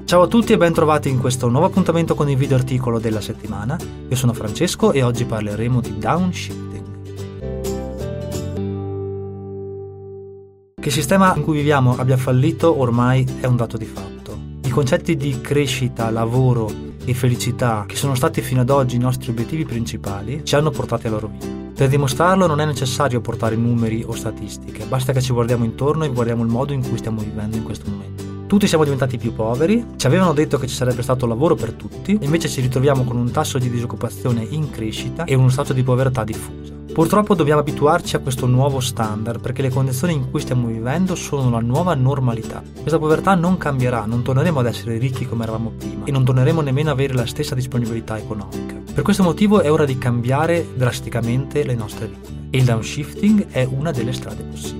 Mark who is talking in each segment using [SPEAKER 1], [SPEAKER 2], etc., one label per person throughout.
[SPEAKER 1] Ciao a tutti e ben trovati in questo nuovo appuntamento con il video articolo della settimana. Io sono Francesco e oggi parleremo di downshifting. Che il sistema in cui viviamo abbia fallito ormai è un dato di fatto. I concetti di crescita, lavoro e felicità, che sono stati fino ad oggi i nostri obiettivi principali, ci hanno portati alla rovina. Per dimostrarlo non è necessario portare numeri o statistiche, basta che ci guardiamo intorno e guardiamo il modo in cui stiamo vivendo in questo momento. Tutti siamo diventati più poveri, ci avevano detto che ci sarebbe stato lavoro per tutti, invece ci ritroviamo con un tasso di disoccupazione in crescita e uno stato di povertà diffusa. Purtroppo dobbiamo abituarci a questo nuovo standard perché le condizioni in cui stiamo vivendo sono la nuova normalità. Questa povertà non cambierà, non torneremo ad essere ricchi come eravamo prima e non torneremo nemmeno ad avere la stessa disponibilità economica. Per questo motivo è ora di cambiare drasticamente le nostre vite e il downshifting è una delle strade possibili.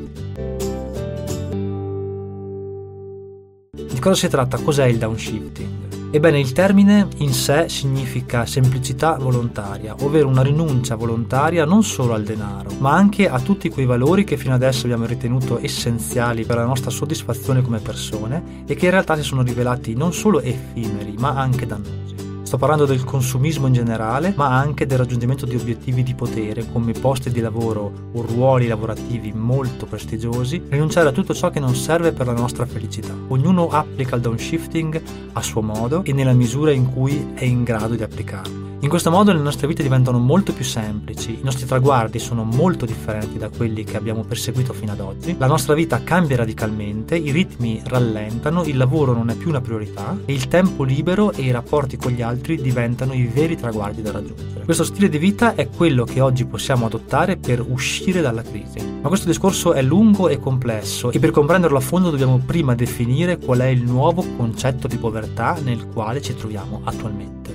[SPEAKER 1] Di cosa si tratta? Cos'è il downshifting? Ebbene, il termine in sé significa semplicità volontaria, ovvero una rinuncia volontaria non solo al denaro, ma anche a tutti quei valori che fino adesso abbiamo ritenuto essenziali per la nostra soddisfazione come persone e che in realtà si sono rivelati non solo effimeri, ma anche dannosi. Sto parlando del consumismo in generale, ma anche del raggiungimento di obiettivi di potere come posti di lavoro o ruoli lavorativi molto prestigiosi, rinunciare a tutto ciò che non serve per la nostra felicità. Ognuno applica il downshifting a suo modo e nella misura in cui è in grado di applicarlo. In questo modo le nostre vite diventano molto più semplici, i nostri traguardi sono molto differenti da quelli che abbiamo perseguito fino ad oggi, la nostra vita cambia radicalmente, i ritmi rallentano, il lavoro non è più una priorità e il tempo libero e i rapporti con gli altri diventano i veri traguardi da raggiungere. Questo stile di vita è quello che oggi possiamo adottare per uscire dalla crisi. Ma questo discorso è lungo e complesso e per comprenderlo a fondo dobbiamo prima definire qual è il nuovo concetto di povertà nel quale ci troviamo attualmente.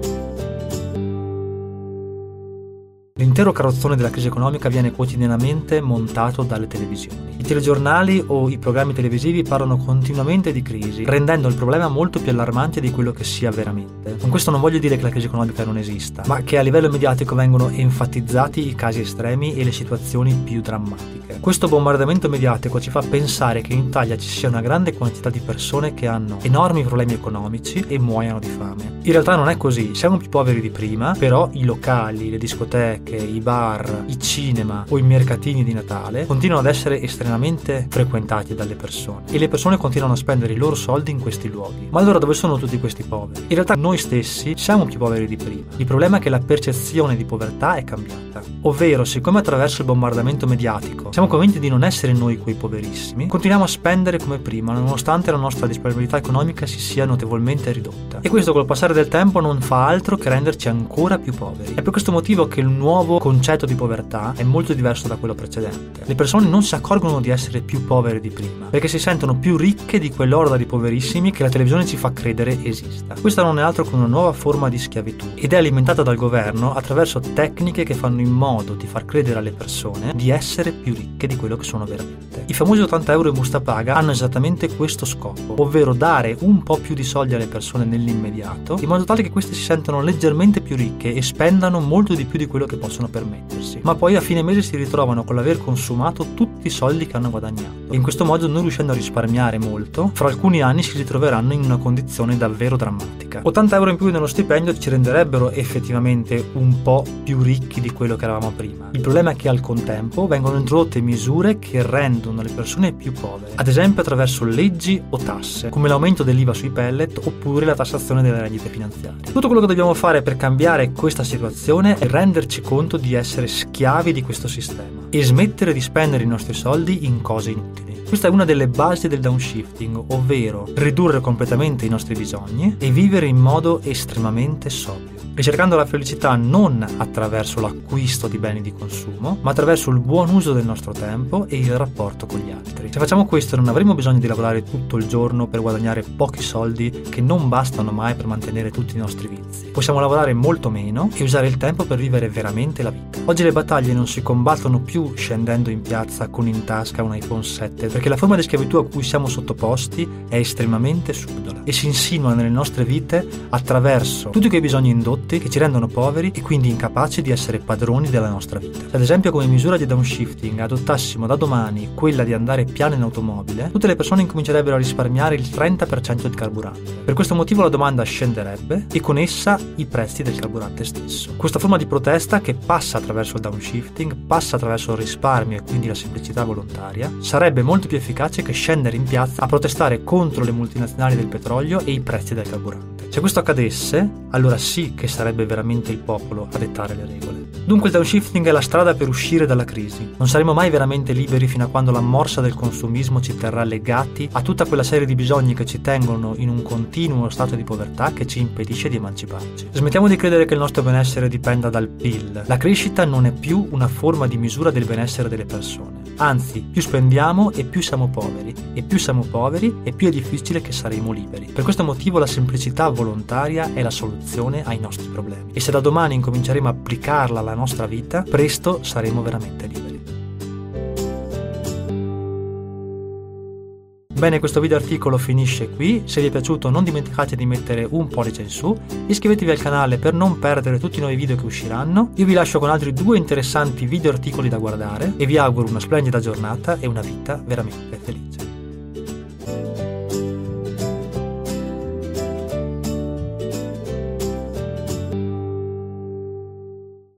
[SPEAKER 1] L'intero carrozzone della crisi economica viene quotidianamente montato dalle televisioni. I telegiornali o i programmi televisivi parlano continuamente di crisi, rendendo il problema molto più allarmante di quello che sia veramente. Con questo non voglio dire che la crisi economica non esista, ma che a livello mediatico vengono enfatizzati i casi estremi e le situazioni più drammatiche. Questo bombardamento mediatico ci fa pensare che in Italia ci sia una grande quantità di persone che hanno enormi problemi economici e muoiano di fame. In realtà non è così, siamo più poveri di prima, però i locali, le discoteche, i bar, i cinema o i mercatini di Natale continuano ad essere estremamente frequentati dalle persone e le persone continuano a spendere i loro soldi in questi luoghi. Ma allora dove sono tutti questi poveri? In realtà noi stessi siamo più poveri di prima. Il problema è che la percezione di povertà è cambiata, ovvero siccome attraverso il bombardamento mediatico siamo convinti di non essere noi quei poverissimi, continuiamo a spendere come prima nonostante la nostra disponibilità economica si sia notevolmente ridotta e questo col passare del tempo non fa altro che renderci ancora più poveri. È per questo motivo che il nuovo concetto di povertà è molto diverso da quello precedente. Le persone non si accorgono di essere più povere di prima perché si sentono più ricche di quell'orda di poverissimi che la televisione ci fa credere esista. Questa non è altro che una nuova forma di schiavitù ed è alimentata dal governo attraverso tecniche che fanno in modo di far credere alle persone di essere più ricche di quello che sono veramente. I famosi 80 euro in busta paga hanno esattamente questo scopo, ovvero dare un po' più di soldi alle persone nell'immediato in modo tale che queste si sentano leggermente più ricche e spendano molto di più di quello che possono permettersi, ma poi a fine mese si ritrovano con l'aver consumato tutti i soldi che hanno guadagnato e in questo modo, non riuscendo a risparmiare molto, fra alcuni anni si ritroveranno in una condizione davvero drammatica. 80 euro in più nello stipendio ci renderebbero effettivamente un po' più ricchi di quello che eravamo prima. Il problema è che al contempo vengono introdotte misure che rendono le persone più povere, ad esempio attraverso leggi o tasse, come l'aumento dell'IVA sui pellet oppure la tassazione delle rendite finanziarie. Tutto quello che dobbiamo fare per cambiare questa situazione è renderci conto di essere schiavi di questo sistema e smettere di spendere i nostri soldi in cose inutili. Questa è una delle basi del downshifting, ovvero ridurre completamente i nostri bisogni e vivere in modo estremamente sobrio, ricercando la felicità non attraverso l'acquisto di beni di consumo, ma attraverso il buon uso del nostro tempo e il rapporto con gli altri. Se facciamo questo non avremo bisogno di lavorare tutto il giorno per guadagnare pochi soldi che non bastano mai per mantenere tutti i nostri vizi. Possiamo lavorare molto meno e usare il tempo per vivere veramente la vita. Oggi le battaglie non si combattono più scendendo in piazza con in tasca un iPhone 7, perché perché la forma di schiavitù a cui siamo sottoposti è estremamente subdola e si insinua nelle nostre vite attraverso tutti quei bisogni indotti che ci rendono poveri e quindi incapaci di essere padroni della nostra vita. Se ad esempio come misura di downshifting adottassimo da domani quella di andare piano in automobile, tutte le persone incomincerebbero a risparmiare il 30% di carburante. Per questo motivo la domanda scenderebbe e con essa i prezzi del carburante stesso. Questa forma di protesta, che passa attraverso il downshifting, passa attraverso il risparmio e quindi la semplicità volontaria, sarebbe molto più efficace che scendere in piazza a protestare contro le multinazionali del petrolio e i prezzi del carburante. Se questo accadesse, allora sì che sarebbe veramente il popolo a dettare le regole. Dunque il downshifting è la strada per uscire dalla crisi. Non saremo mai veramente liberi fino a quando la morsa del consumismo ci terrà legati a tutta quella serie di bisogni che ci tengono in un continuo stato di povertà che ci impedisce di emanciparci. Smettiamo di credere che il nostro benessere dipenda dal PIL. La crescita non è più una forma di misura del benessere delle persone. Anzi, più spendiamo e più siamo poveri, e più siamo poveri e più è difficile che saremo liberi. Per questo motivo la semplicità volontaria è la soluzione ai nostri problemi. E se da domani incominceremo a applicarla alla nostra vita, presto saremo veramente liberi. Bene, questo video articolo finisce qui. Se vi è piaciuto non dimenticate di mettere un pollice in su, iscrivetevi al canale per non perdere tutti i nuovi video che usciranno. Io vi lascio con altri 2 interessanti video articoli da guardare e vi auguro una splendida giornata e una vita veramente felice.